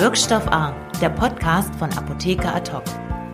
Wirkstoff A, der Podcast von Apotheker Ad-Hoc.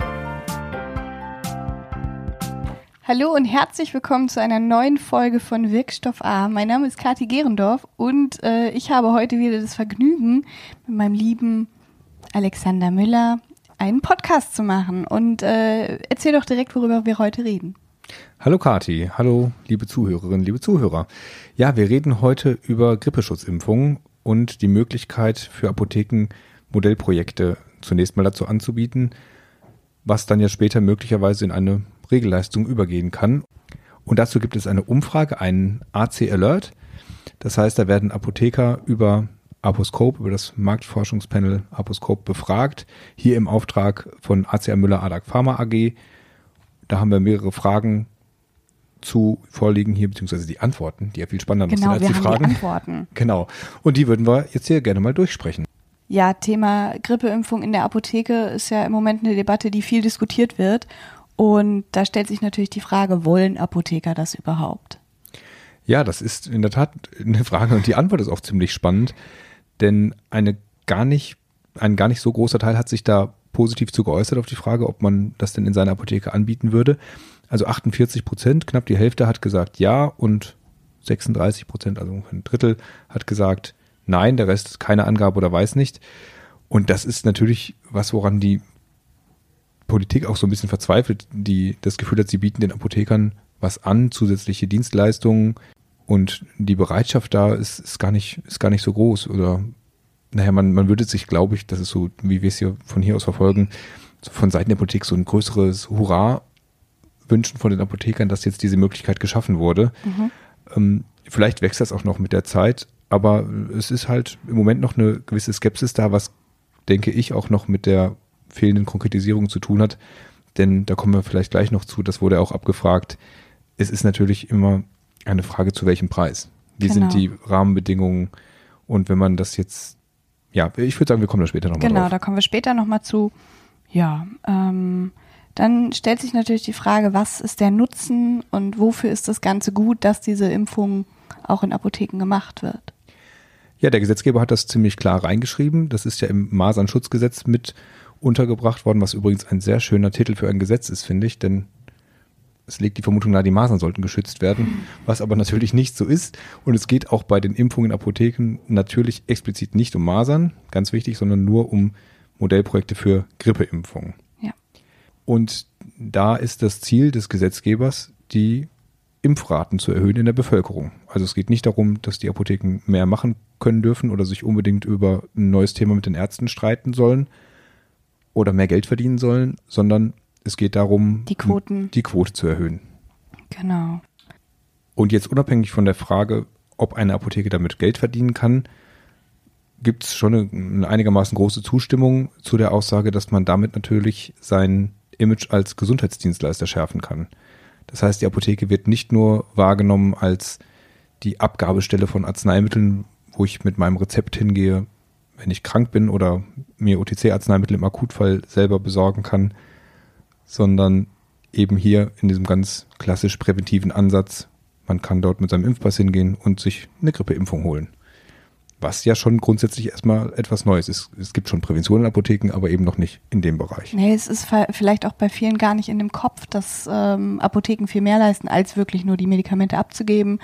Hallo und herzlich willkommen zu einer neuen Folge von Wirkstoff A. Mein Name ist Kathi Gerendorf und ich habe heute wieder das Vergnügen, mit meinem lieben Alexander Müller einen Podcast zu machen. Und erzähl doch direkt, worüber wir heute reden. Hallo Kathi, hallo liebe Zuhörerinnen, liebe Zuhörer. Ja, wir reden heute über Grippeschutzimpfungen und die Möglichkeit für Apotheken, Modellprojekte zunächst mal dazu anzubieten, was dann ja später möglicherweise in eine Regelleistung übergehen kann. Und dazu gibt es eine Umfrage, einen AC Alert. Das heißt, da werden Apotheker über Aposcope, über das Marktforschungspanel Aposcope befragt. Hier im Auftrag von ACA Müller ADAC Pharma AG. Da haben wir mehrere Fragen zu vorliegen hier, beziehungsweise die Antworten, die ja viel spannender sind als die Fragen. Genau, wir haben die Antworten. Genau. Und die würden wir jetzt hier gerne mal durchsprechen. Ja, Thema Grippeimpfung in der Apotheke ist ja im Moment eine Debatte, die viel diskutiert wird. Und da stellt sich natürlich die Frage, wollen Apotheker das überhaupt? Ja, das ist in der Tat eine Frage und die Antwort ist auch ziemlich spannend, denn ein gar nicht so großer Teil hat sich da positiv zu geäußert auf die Frage, ob man das denn in seiner Apotheke anbieten würde. Also 48%, knapp die Hälfte hat gesagt ja und 36%, also ein Drittel, hat gesagt nein, der Rest keine Angabe oder weiß nicht. Und das ist natürlich was, woran die Politik auch so ein bisschen verzweifelt, die das Gefühl hat, sie bieten den Apothekern was an, zusätzliche Dienstleistungen und die Bereitschaft da ist gar nicht so groß. Oder naja, man würde sich, glaube ich, das ist so, wie wir es hier von hier aus verfolgen, so von Seiten der Politik so ein größeres Hurra wünschen von den Apothekern, dass jetzt diese Möglichkeit geschaffen wurde. Vielleicht wächst das auch noch mit der Zeit, aber es ist halt im Moment noch eine gewisse Skepsis da, was, denke ich, auch noch mit der fehlenden Konkretisierung zu tun hat, denn da kommen wir vielleicht gleich noch zu, das wurde auch abgefragt. Es ist natürlich immer eine Frage, zu welchem Preis. Wie sind die Rahmenbedingungen und wenn man das jetzt, ja, ich würde sagen, wir kommen da später nochmal drauf. Genau, da kommen wir später nochmal zu. Ja, dann stellt sich natürlich die Frage, was ist der Nutzen und wofür ist das Ganze gut, dass diese Impfung auch in Apotheken gemacht wird? Ja, der Gesetzgeber hat das ziemlich klar reingeschrieben. Das ist ja im Masernschutzgesetz mit untergebracht worden, was übrigens ein sehr schöner Titel für ein Gesetz ist, finde ich, denn es legt die Vermutung nahe, die Masern sollten geschützt werden, was aber natürlich nicht so ist. Und es geht auch bei den Impfungen in Apotheken natürlich explizit nicht um Masern, ganz wichtig, sondern nur um Modellprojekte für Grippeimpfungen. Ja. Und da ist das Ziel des Gesetzgebers, die Impfraten zu erhöhen in der Bevölkerung. Also es geht nicht darum, dass die Apotheken mehr machen können dürfen oder sich unbedingt über ein neues Thema mit den Ärzten streiten sollen oder mehr Geld verdienen sollen, sondern es geht darum, die Quote zu erhöhen. Genau. Und jetzt unabhängig von der Frage, ob eine Apotheke damit Geld verdienen kann, gibt es schon eine einigermaßen große Zustimmung zu der Aussage, dass man damit natürlich sein Image als Gesundheitsdienstleister schärfen kann. Das heißt, die Apotheke wird nicht nur wahrgenommen als die Abgabestelle von Arzneimitteln, wo ich mit meinem Rezept hingehe, wenn ich krank bin oder mir OTC-Arzneimittel im Akutfall selber besorgen kann, sondern eben hier in diesem ganz klassisch präventiven Ansatz, man kann dort mit seinem Impfpass hingehen und sich eine Grippeimpfung holen. Was ja schon grundsätzlich erstmal etwas Neues ist. Es gibt schon Prävention in Apotheken, aber eben noch nicht in dem Bereich. Nee, es ist vielleicht auch bei vielen gar nicht in dem Kopf, dass Apotheken viel mehr leisten, als wirklich nur die Medikamente abzugeben.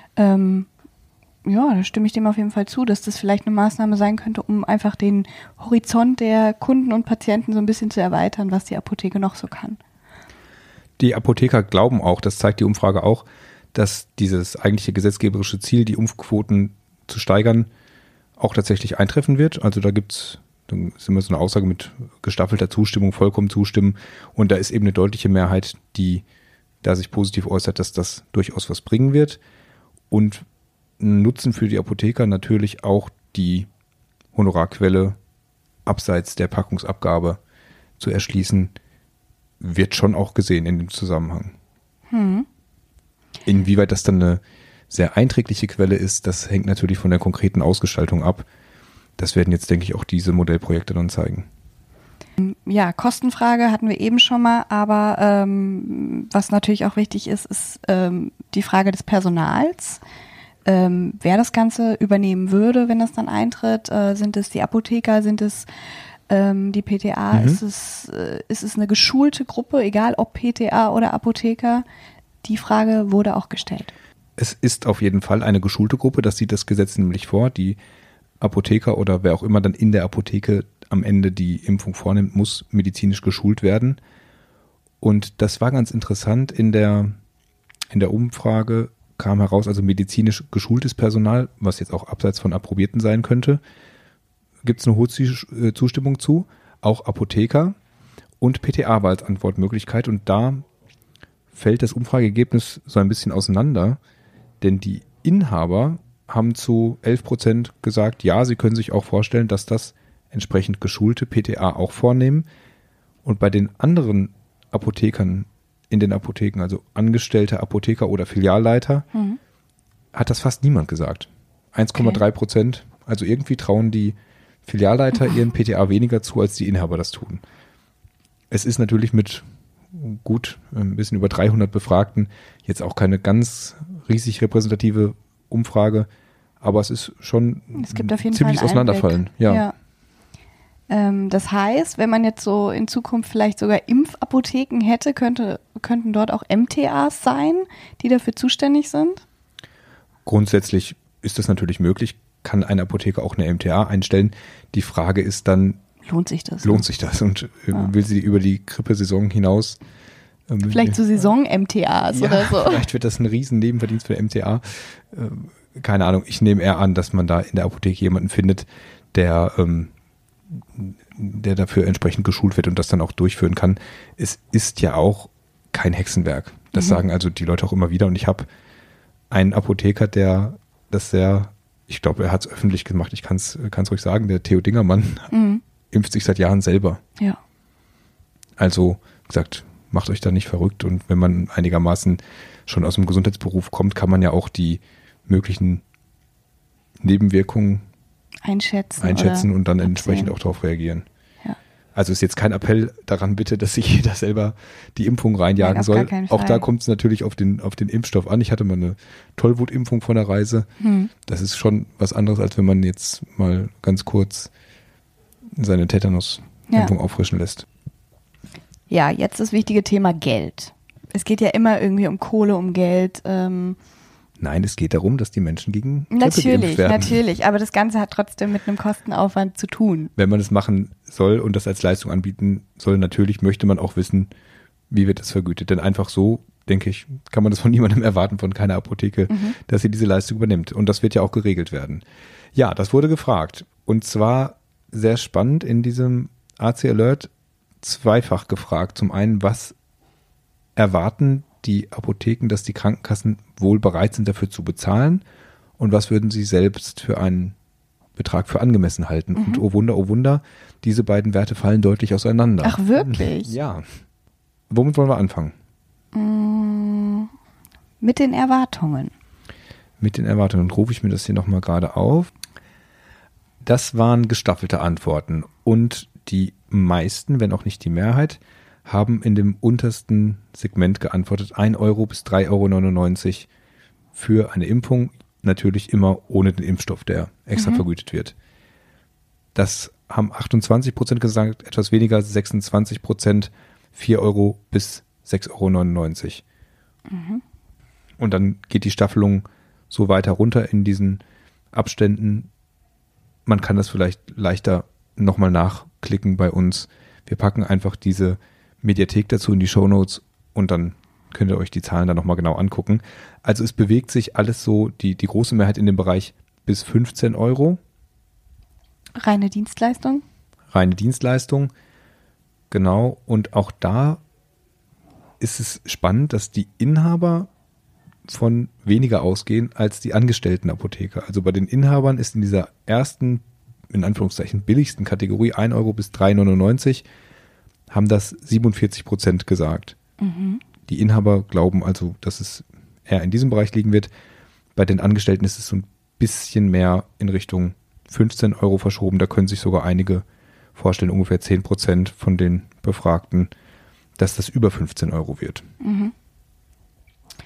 Ja, da stimme ich dem auf jeden Fall zu, dass das vielleicht eine Maßnahme sein könnte, um einfach den Horizont der Kunden und Patienten so ein bisschen zu erweitern, was die Apotheke noch so kann. Die Apotheker glauben auch, das zeigt die Umfrage auch, dass dieses eigentliche gesetzgeberische Ziel, die Impfquoten zu steigern, auch tatsächlich eintreffen wird. Also da ist immer so eine Aussage mit gestaffelter Zustimmung, vollkommen zustimmen. Und da ist eben eine deutliche Mehrheit, die da sich positiv äußert, dass das durchaus was bringen wird. Und ein Nutzen für die Apotheker natürlich auch die Honorarquelle abseits der Packungsabgabe zu erschließen, wird schon auch gesehen in dem Zusammenhang. Inwieweit das dann eine sehr einträgliche Quelle ist, das hängt natürlich von der konkreten Ausgestaltung ab. Das werden jetzt, denke ich, auch diese Modellprojekte dann zeigen. Ja, Kostenfrage hatten wir eben schon mal, aber was natürlich auch wichtig ist, ist die Frage des Personals. wer das Ganze übernehmen würde, wenn das dann eintritt. Sind es die Apotheker, sind es die PTA? Ist es eine geschulte Gruppe, egal ob PTA oder Apotheker? Die Frage wurde auch gestellt. Es ist auf jeden Fall eine geschulte Gruppe, das sieht das Gesetz nämlich vor. Die Apotheker oder wer auch immer dann in der Apotheke am Ende die Impfung vornimmt, muss medizinisch geschult werden. Und das war ganz interessant. In der Umfrage kam heraus, also medizinisch geschultes Personal, was jetzt auch abseits von Approbierten sein könnte, gibt es eine hohe Zustimmung zu. Auch Apotheker und PTA war als Antwortmöglichkeit. Und da fällt das Umfrageergebnis so ein bisschen auseinander, denn die Inhaber haben zu 11% gesagt, ja, sie können sich auch vorstellen, dass das entsprechend geschulte PTA auch vornehmen. Und bei den anderen Apothekern in den Apotheken, also angestellte Apotheker oder Filialleiter, hat das fast niemand gesagt. 1,3%. Also irgendwie trauen die Filialleiter ihren PTA weniger zu, als die Inhaber das tun. Es ist natürlich mit gut ein bisschen über 300 Befragten jetzt auch keine ganz riesig repräsentative Umfrage, aber es ist schon ziemliches Auseinanderfallen. Ja. Das heißt, wenn man jetzt so in Zukunft vielleicht sogar Impfapotheken hätte, könnten dort auch MTAs sein, die dafür zuständig sind? Grundsätzlich ist das natürlich möglich, kann ein Apotheker auch eine MTA einstellen. Die Frage ist dann, lohnt sich das und will sie über die Grippesaison hinaus vielleicht so Saison-MTAs oder so. Vielleicht wird das ein riesen Nebenverdienst für MTA. Keine Ahnung, ich nehme eher an, dass man da in der Apotheke jemanden findet, der dafür entsprechend geschult wird und das dann auch durchführen kann. Es ist ja auch kein Hexenwerk. Das sagen also die Leute auch immer wieder. Und ich habe einen Apotheker, der das ich glaube, er hat es öffentlich gemacht, ich kann es ruhig sagen, der Theo Dingermann impft sich seit Jahren selber. Ja. Also gesagt, macht euch da nicht verrückt und wenn man einigermaßen schon aus dem Gesundheitsberuf kommt, kann man ja auch die möglichen Nebenwirkungen einschätzen und dann entsprechend auch darauf reagieren. Ja. Also ist jetzt kein Appell daran bitte, dass sich jeder selber die Impfung reinjagen soll. Auch da kommt es natürlich auf den Impfstoff an. Ich hatte mal eine Tollwutimpfung von der Reise. Das ist schon was anderes, als wenn man jetzt mal ganz kurz seine Tetanus-Impfung auffrischen lässt. Ja, jetzt das wichtige Thema Geld. Es geht ja immer irgendwie um Kohle, um Geld. Nein, es geht darum, dass die Menschen gegen Grippe geimpft werden. Natürlich, aber das Ganze hat trotzdem mit einem Kostenaufwand zu tun. Wenn man es machen soll und das als Leistung anbieten soll, natürlich möchte man auch wissen, wie wird das vergütet. Denn einfach so, denke ich, kann man das von niemandem erwarten, von keiner Apotheke, dass sie diese Leistung übernimmt. Und das wird ja auch geregelt werden. Ja, das wurde gefragt. Und zwar sehr spannend in diesem AC Alert zweifach gefragt. Zum einen, was erwarten die Apotheken, dass die Krankenkassen wohl bereit sind, dafür zu bezahlen? Und was würden sie selbst für einen Betrag für angemessen halten? Und oh Wunder, diese beiden Werte fallen deutlich auseinander. Ach, wirklich? Ja. Womit wollen wir anfangen? Mit den Erwartungen. Mit den Erwartungen. Rufe ich mir das hier nochmal gerade auf. Das waren gestaffelte Antworten. Und die meisten, wenn auch nicht die Mehrheit, haben in dem untersten Segment geantwortet, 1 Euro bis 3,99 € für eine Impfung, natürlich immer ohne den Impfstoff, der extra vergütet wird. Das haben 28% gesagt, etwas weniger, 26%, 4 Euro bis 6,99 €. Und dann geht die Staffelung so weiter runter in diesen Abständen. Man kann das vielleicht leichter nochmal nachklicken bei uns. Wir packen einfach diese Mediathek dazu in die Shownotes und dann könnt ihr euch die Zahlen dann nochmal genau angucken. Also es bewegt sich alles so, die große Mehrheit in dem Bereich bis 15 €. Reine Dienstleistung? Reine Dienstleistung, genau. Und auch da ist es spannend, dass die Inhaber von weniger ausgehen als die angestellten Apotheker. Also bei den Inhabern ist in dieser ersten, in Anführungszeichen, billigsten Kategorie 1 Euro bis 3,99 € haben das 47% gesagt. Die Inhaber glauben also, dass es eher in diesem Bereich liegen wird. Bei den Angestellten ist es so ein bisschen mehr in Richtung 15 € verschoben. Da können sich sogar einige vorstellen, ungefähr 10% von den Befragten, dass das über 15 € wird.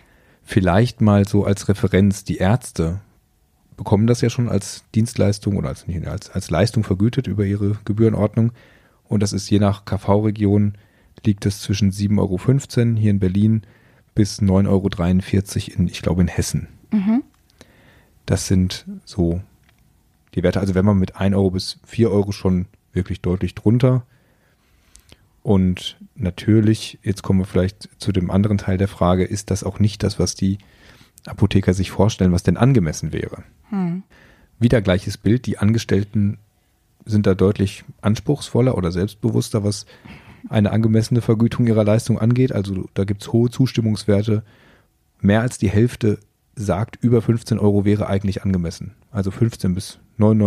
Vielleicht mal so als Referenz, die Ärzte bekommen das ja schon als Dienstleistung oder als Leistung vergütet über ihre Gebührenordnung. Und das ist je nach KV-Region liegt es zwischen 7,15 € hier in Berlin bis 9,43 € ich glaube in Hessen. Mhm. Das sind so die Werte. Also wenn man mit 1 € bis 4 € schon wirklich deutlich drunter. Und natürlich, jetzt kommen wir vielleicht zu dem anderen Teil der Frage, ist das auch nicht das, was die Apotheker sich vorstellen, was denn angemessen wäre. Wieder gleiches Bild, die Angestellten sind da deutlich anspruchsvoller oder selbstbewusster, was eine angemessene Vergütung ihrer Leistung angeht. Also da gibt es hohe Zustimmungswerte. Mehr als die Hälfte sagt, über 15 € wäre eigentlich angemessen. Also 15 bis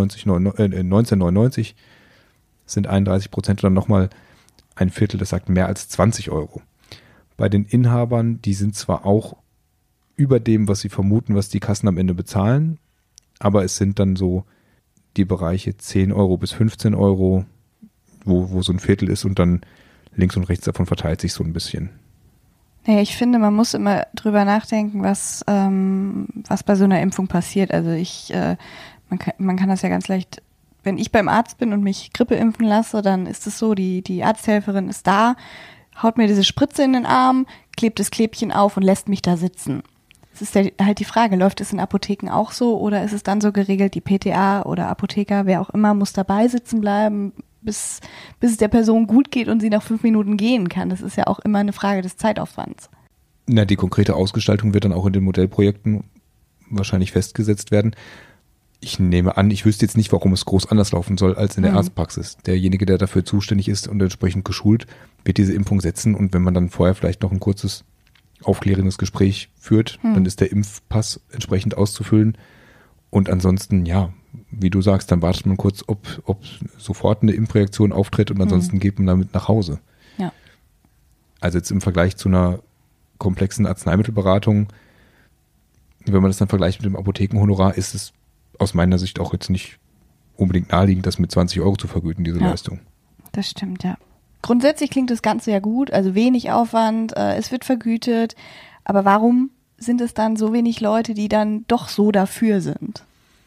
1999 sind 31% oder nochmal ein Viertel, das sagt mehr als 20 €. Bei den Inhabern, die sind zwar auch über dem, was sie vermuten, was die Kassen am Ende bezahlen, aber es sind dann so die Bereiche 10 € bis 15 €, wo so ein Viertel ist und dann links und rechts davon verteilt sich so ein bisschen. Naja, ich finde, man muss immer drüber nachdenken, was bei so einer Impfung passiert. Also man kann das ja ganz leicht, wenn ich beim Arzt bin und mich Grippe impfen lasse, dann ist es so, die Arzthelferin ist da, haut mir diese Spritze in den Arm, klebt das Klebchen auf und lässt mich da sitzen. Es ist halt die Frage, läuft es in Apotheken auch so oder ist es dann so geregelt, die PTA oder Apotheker, wer auch immer, muss dabei sitzen bleiben, bis es der Person gut geht und sie nach 5 Minuten gehen kann. Das ist ja auch immer eine Frage des Zeitaufwands. Na, die konkrete Ausgestaltung wird dann auch in den Modellprojekten wahrscheinlich festgesetzt werden. Ich nehme an, ich wüsste jetzt nicht, warum es groß anders laufen soll als in der Arztpraxis. Derjenige, der dafür zuständig ist und entsprechend geschult, wird diese Impfung setzen und wenn man dann vorher vielleicht noch ein kurzes aufklärendes Gespräch führt, dann ist der Impfpass entsprechend auszufüllen und ansonsten, ja, wie du sagst, dann wartet man kurz, ob sofort eine Impfreaktion auftritt und ansonsten geht man damit nach Hause. Ja. Also jetzt im Vergleich zu einer komplexen Arzneimittelberatung, wenn man das dann vergleicht mit dem Apothekenhonorar, ist es aus meiner Sicht auch jetzt nicht unbedingt naheliegend, das mit 20 € zu vergüten, diese Leistung. Das stimmt, ja. Grundsätzlich klingt das Ganze ja gut, also wenig Aufwand, es wird vergütet, aber warum sind es dann so wenig Leute, die dann doch so dafür sind?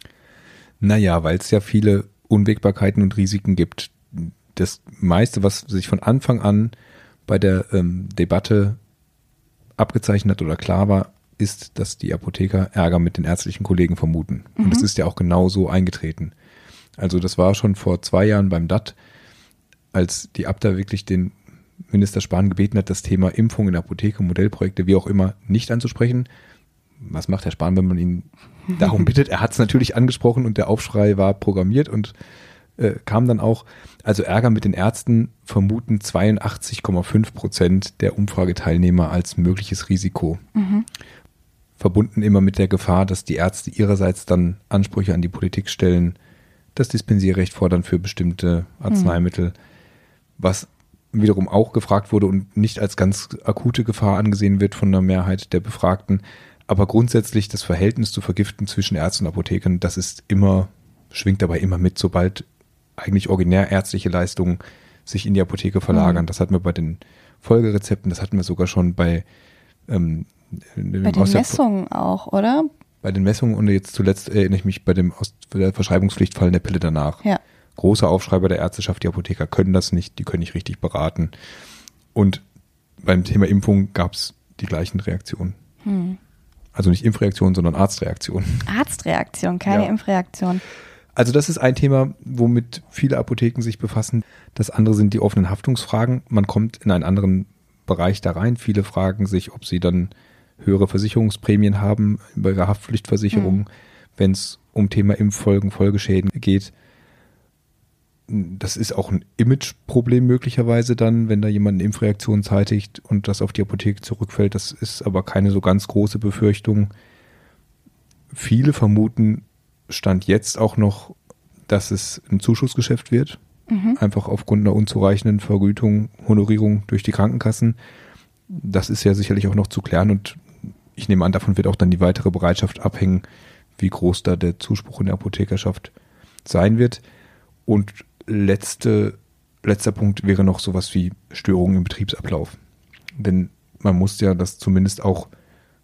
Naja, weil es ja viele Unwägbarkeiten und Risiken gibt. Das meiste, was sich von Anfang an bei der Debatte abgezeichnet hat oder klar war, ist, dass die Apotheker Ärger mit den ärztlichen Kollegen vermuten. Und es ist ja auch genau so eingetreten. Also das war schon vor 2 Jahren beim DAT, als die Abda wirklich den Minister Spahn gebeten hat, das Thema Impfung in der Apotheke, Modellprojekte, wie auch immer, nicht anzusprechen. Was macht Herr Spahn, wenn man ihn darum bittet? Er hat es natürlich angesprochen und der Aufschrei war programmiert und kam dann auch. Also Ärger mit den Ärzten vermuten 82,5% der Umfrageteilnehmer als mögliches Risiko. Verbunden immer mit der Gefahr, dass die Ärzte ihrerseits dann Ansprüche an die Politik stellen, das Dispensierrecht fordern für bestimmte Arzneimittel, was wiederum auch gefragt wurde und nicht als ganz akute Gefahr angesehen wird von der Mehrheit der Befragten. Aber grundsätzlich das Verhältnis zu Vergiften zwischen Ärzten und Apothekern, das ist immer, schwingt dabei immer mit, sobald eigentlich originär ärztliche Leistungen sich in die Apotheke verlagern. Das hatten wir bei den Folgerezepten, das hatten wir sogar schon bei den Messungen auch, oder? Bei den Messungen und jetzt zuletzt erinnere ich mich bei dem aus der Verschreibungspflicht fallende Pille danach. Ja. Großer Aufschrei bei der Ärzteschaft, die Apotheker können das nicht, die können nicht richtig beraten. Und beim Thema Impfung gab es die gleichen Reaktionen. Also nicht Impfreaktionen, sondern Arztreaktionen. Arztreaktion, keine Impfreaktion. Also das ist ein Thema, womit viele Apotheken sich befassen. Das andere sind die offenen Haftungsfragen. Man kommt in einen anderen Bereich da rein. Viele fragen sich, ob sie dann höhere Versicherungsprämien haben bei ihrer Haftpflichtversicherung, wenn es um Thema Impffolgen, Folgeschäden geht. Das ist auch ein Imageproblem möglicherweise dann, wenn da jemand eine Impfreaktion zeitigt und das auf die Apotheke zurückfällt. Das ist aber keine so ganz große Befürchtung. Viele vermuten, Stand jetzt auch noch, dass es ein Zuschussgeschäft wird. Einfach aufgrund einer unzureichenden Vergütung, Honorierung durch die Krankenkassen. Das ist ja sicherlich auch noch zu klären und ich nehme an, davon wird auch dann die weitere Bereitschaft abhängen, wie groß da der Zuspruch in der Apothekerschaft sein wird. Und letzter Punkt wäre noch sowas wie Störungen im Betriebsablauf. Denn man muss ja das zumindest auch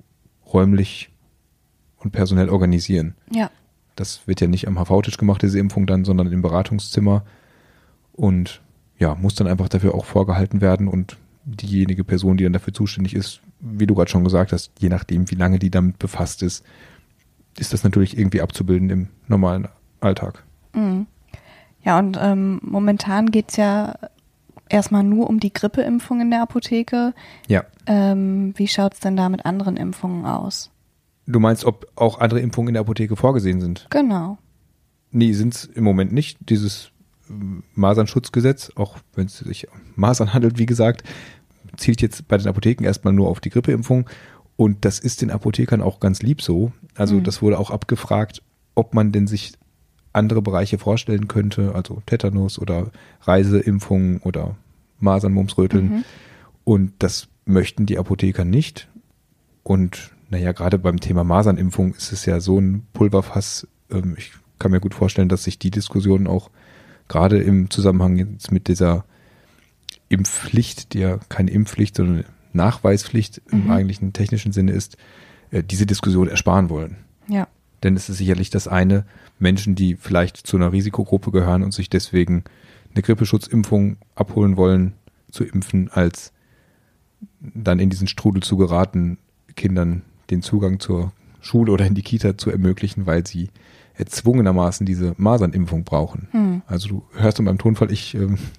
räumlich und personell organisieren. Ja. Das wird ja nicht am HV-Tisch gemacht, diese Impfung dann, sondern im Beratungszimmer und ja, muss dann einfach dafür auch vorgehalten werden und diejenige Person, die dann dafür zuständig ist, wie du gerade schon gesagt hast, je nachdem, wie lange die damit befasst ist das natürlich irgendwie abzubilden im normalen Alltag. Mhm. Ja, und momentan geht es ja erstmal nur um die Grippeimpfung in der Apotheke. Ja. Wie schaut es denn da mit anderen Impfungen aus? Du meinst, ob auch andere Impfungen in der Apotheke vorgesehen sind? Genau. Nee, sind es im Moment nicht. Dieses Masernschutzgesetz, auch wenn es sich um Masern handelt, wie gesagt, zielt jetzt bei den Apotheken erstmal nur auf die Grippeimpfung. Und das ist den Apothekern auch ganz lieb so. Also das wurde auch abgefragt, ob man denn sich andere Bereiche vorstellen könnte, also Tetanus oder Reiseimpfungen oder Masern, Mumps, Röteln. Und das möchten die Apotheker nicht. Und naja, gerade beim Thema Masernimpfung ist es ja so ein Pulverfass. Ich kann mir gut vorstellen, dass sich die Diskussion auch gerade im Zusammenhang jetzt mit dieser Impfpflicht, die ja keine Impfpflicht, sondern Nachweispflicht im eigentlichen technischen Sinne ist, diese Diskussion ersparen wollen. Ja. Denn es ist sicherlich das eine, Menschen, die vielleicht zu einer Risikogruppe gehören und sich deswegen eine Grippeschutzimpfung abholen wollen, zu impfen, als dann in diesen Strudel zu geraten, Kindern den Zugang zur Schule oder in die Kita zu ermöglichen, weil sie erzwungenermaßen diese Masernimpfung brauchen. Also du hörst in meinem Tonfall, ich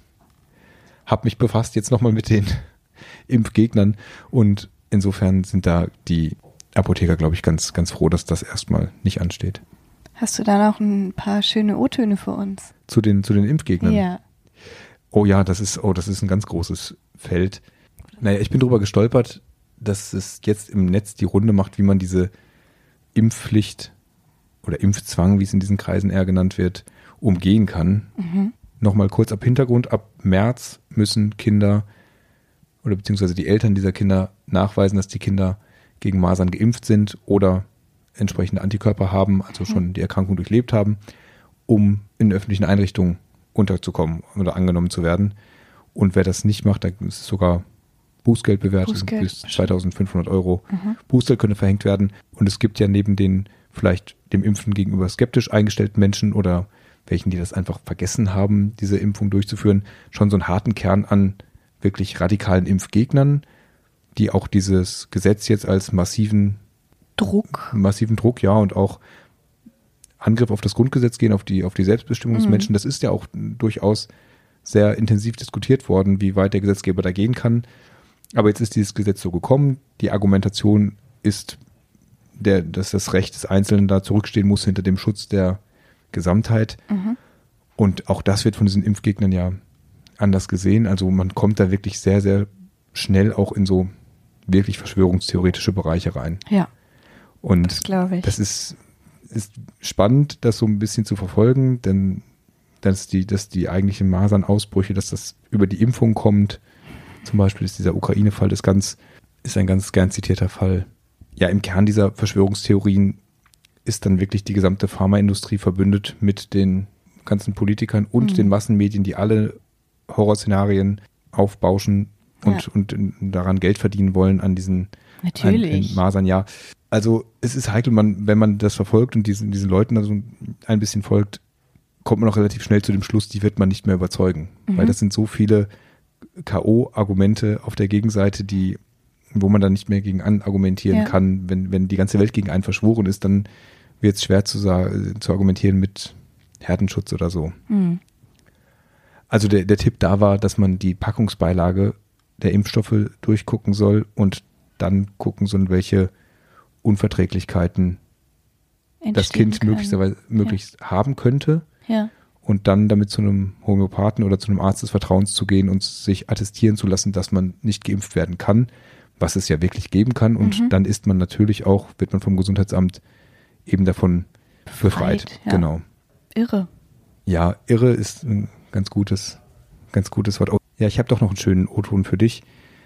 habe mich befasst jetzt nochmal mit den Impfgegnern und insofern sind da die Apotheker, glaube ich, ganz, ganz froh, dass das erstmal nicht ansteht. Hast du da noch ein paar schöne O-Töne für uns? Zu den Impfgegnern? Ja. Oh ja, das ist ein ganz großes Feld. Naja, ich bin drüber gestolpert, dass es jetzt im Netz die Runde macht, wie man diese Impfpflicht oder Impfzwang, wie es in diesen Kreisen eher genannt wird, umgehen kann. Nochmal kurz ab Hintergrund. Ab März müssen Kinder oder beziehungsweise die Eltern dieser Kinder nachweisen, dass die Kinder gegen Masern geimpft sind oder entsprechende Antikörper haben, also schon die Erkrankung durchlebt haben, um in öffentlichen Einrichtungen unterzukommen oder angenommen zu werden. Und wer das nicht macht, da ist es sogar Bußgeld bewertet, bis 2.500 € Bußgeld könnte verhängt werden. Und es gibt ja neben den vielleicht dem Impfen gegenüber skeptisch eingestellten Menschen oder welchen, die das einfach vergessen haben, diese Impfung durchzuführen, schon so einen harten Kern an wirklich radikalen Impfgegnern, die auch dieses Gesetz jetzt als massiven Druck, ja, und auch Angriff auf das Grundgesetz gehen, auf die Selbstbestimmung des Menschen. Das ist ja auch durchaus sehr intensiv diskutiert worden, wie weit der Gesetzgeber da gehen kann. Aber jetzt ist dieses Gesetz so gekommen. Die Argumentation ist, dass das Recht des Einzelnen da zurückstehen muss hinter dem Schutz der Gesamtheit. Und auch das wird von diesen Impfgegnern ja anders gesehen. Also man kommt da wirklich sehr, sehr schnell auch in so wirklich verschwörungstheoretische Bereiche rein. Ja, und das glaube ich. Das ist spannend, das so ein bisschen zu verfolgen, denn dass die eigentlichen Masernausbrüche, dass das über die Impfung kommt, zum Beispiel ist dieser Ukraine-Fall ist ein ganz gern zitierter Fall. Ja, im Kern dieser Verschwörungstheorien ist dann wirklich die gesamte Pharmaindustrie verbündet mit den ganzen Politikern und den Massenmedien, die alle Horrorszenarien aufbauschen und daran Geld verdienen wollen an diesen Masern. Ja, also es ist heikel, wenn man das verfolgt und diesen Leuten also ein bisschen folgt, kommt man auch relativ schnell zu dem Schluss, die wird man nicht mehr überzeugen. Weil das sind so viele K.O.-Argumente auf der Gegenseite, wo man dann nicht mehr gegen argumentieren kann. Wenn die ganze Welt gegen einen verschworen ist, dann wird es schwer zu argumentieren mit Herdenschutz oder so. Also der Tipp da war, dass man die Packungsbeilage der Impfstoffe durchgucken soll und dann gucken soll, welche Unverträglichkeiten das Kind möglichst haben könnte. Ja. Und dann damit zu einem Homöopathen oder zu einem Arzt des Vertrauens zu gehen und sich attestieren zu lassen, dass man nicht geimpft werden kann, was es ja wirklich geben kann. Und dann ist man natürlich auch, wird man vom Gesundheitsamt eben davon befreit. Ja. Genau. Irre. Ja, irre ist ein ganz gutes Wort. Ja, ich habe doch noch einen schönen O-Ton für dich.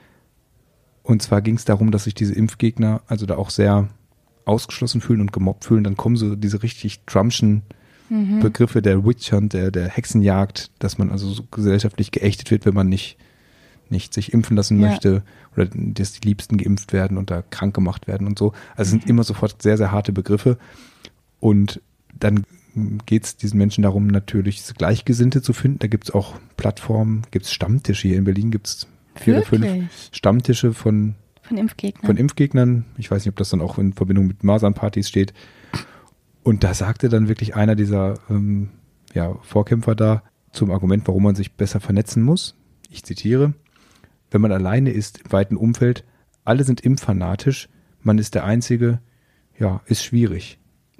Und zwar ging es darum, dass sich diese Impfgegner also da auch sehr ausgeschlossen fühlen und gemobbt fühlen. Dann kommen so diese richtig Trumpschen Begriffe der Witch Hunt, der Hexenjagd, dass man also so gesellschaftlich geächtet wird, wenn man nicht nicht sich impfen lassen möchte oder dass die Liebsten geimpft werden und da krank gemacht werden und so. Also es sind immer sofort sehr, sehr harte Begriffe. Und dann geht es diesen Menschen darum, natürlich Gleichgesinnte zu finden. Da gibt es auch Plattformen, gibt es Stammtische. Hier in Berlin gibt es 4 oder 5 Stammtische von Impfgegnern. Ich weiß nicht, ob das dann auch in Verbindung mit Masernpartys steht. Und da sagte dann wirklich einer dieser Vorkämpfer da zum Argument, warum man sich besser vernetzen muss. Ich zitiere: Wenn man alleine ist im weiten Umfeld, alle sind impffanatisch, man ist der Einzige, ist schwierig.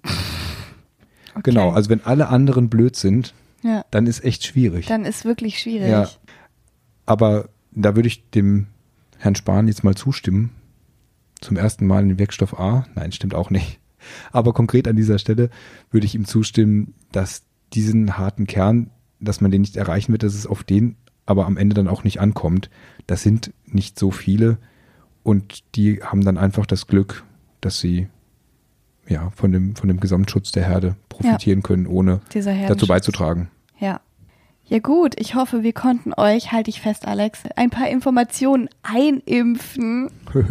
Okay. Genau, also wenn alle anderen blöd sind, dann ist echt schwierig. Dann ist wirklich schwierig. Ja, aber da würde ich dem Herrn Spahn jetzt mal zustimmen. Zum ersten Mal in Wirkstoff A. Nein, stimmt auch nicht. Aber konkret an dieser Stelle würde ich ihm zustimmen, dass diesen harten Kern, dass man den nicht erreichen wird, dass es auf den aber am Ende dann auch nicht ankommt. Das sind nicht so viele und die haben dann einfach das Glück, dass sie von dem Gesamtschutz der Herde profitieren können, ohne dazu beizutragen. Ja. Ja gut, ich hoffe, wir konnten euch, halte ich fest, Alex, ein paar Informationen einimpfen.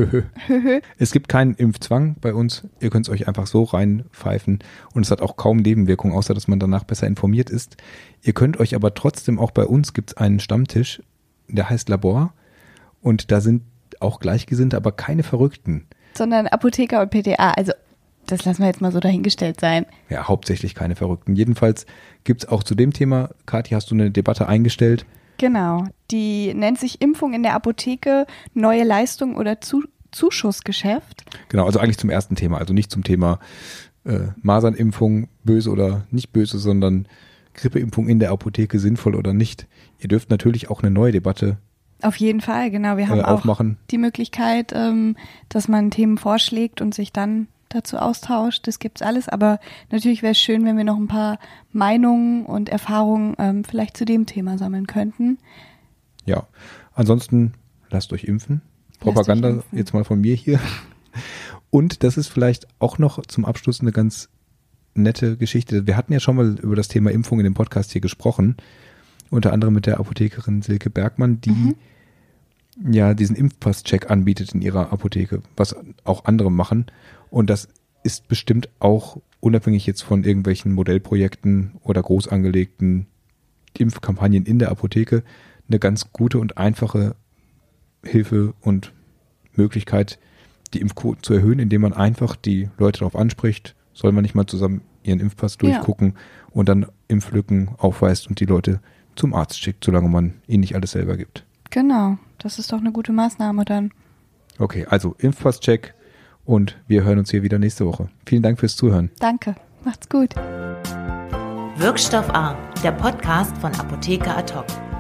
Es gibt keinen Impfzwang bei uns. Ihr könnt es euch einfach so reinpfeifen und es hat auch kaum Nebenwirkungen, außer dass man danach besser informiert ist. Ihr könnt euch aber trotzdem, auch bei uns gibt es einen Stammtisch, der heißt Labor und da sind auch Gleichgesinnte, aber keine Verrückten. Sondern Apotheker und PTA, also das lassen wir jetzt mal so dahingestellt sein. Ja, hauptsächlich keine Verrückten. Jedenfalls gibt es auch zu dem Thema, Kathi, hast du eine Debatte eingestellt? Genau, die nennt sich Impfung in der Apotheke, neue Leistung oder Zuschussgeschäft. Genau, also eigentlich zum ersten Thema, also nicht zum Thema Masernimpfung, böse oder nicht böse, sondern Grippeimpfung in der Apotheke sinnvoll oder nicht. Ihr dürft natürlich auch eine neue Debatte auf jeden Fall, genau. Wir haben aufmachen. Auch die Möglichkeit, dass man Themen vorschlägt und sich dann dazu austauscht. Das gibt's alles, aber natürlich wäre es schön, wenn wir noch ein paar Meinungen und Erfahrungen vielleicht zu dem Thema sammeln könnten. Ja, ansonsten lasst euch impfen. Propaganda jetzt mal von mir hier. Und das ist vielleicht auch noch zum Abschluss eine ganz nette Geschichte. Wir hatten ja schon mal über das Thema Impfung in dem Podcast hier gesprochen, unter anderem mit der Apothekerin Silke Bergmann, die diesen Impfpass-Check anbietet in ihrer Apotheke, was auch andere machen. Und das ist bestimmt auch, unabhängig jetzt von irgendwelchen Modellprojekten oder groß angelegten Impfkampagnen in der Apotheke, eine ganz gute und einfache Hilfe und Möglichkeit, die Impfquoten zu erhöhen, indem man einfach die Leute darauf anspricht, soll man nicht mal zusammen ihren Impfpass durchgucken und dann Impflücken aufweist und die Leute zum Arzt schickt, solange man ihnen nicht alles selber gibt. Genau, das ist doch eine gute Maßnahme dann. Okay, also Impfpass-Check und wir hören uns hier wieder nächste Woche. Vielen Dank fürs Zuhören. Danke, macht's gut. Wirkstoff A, der Podcast von Apotheker Ad hoc.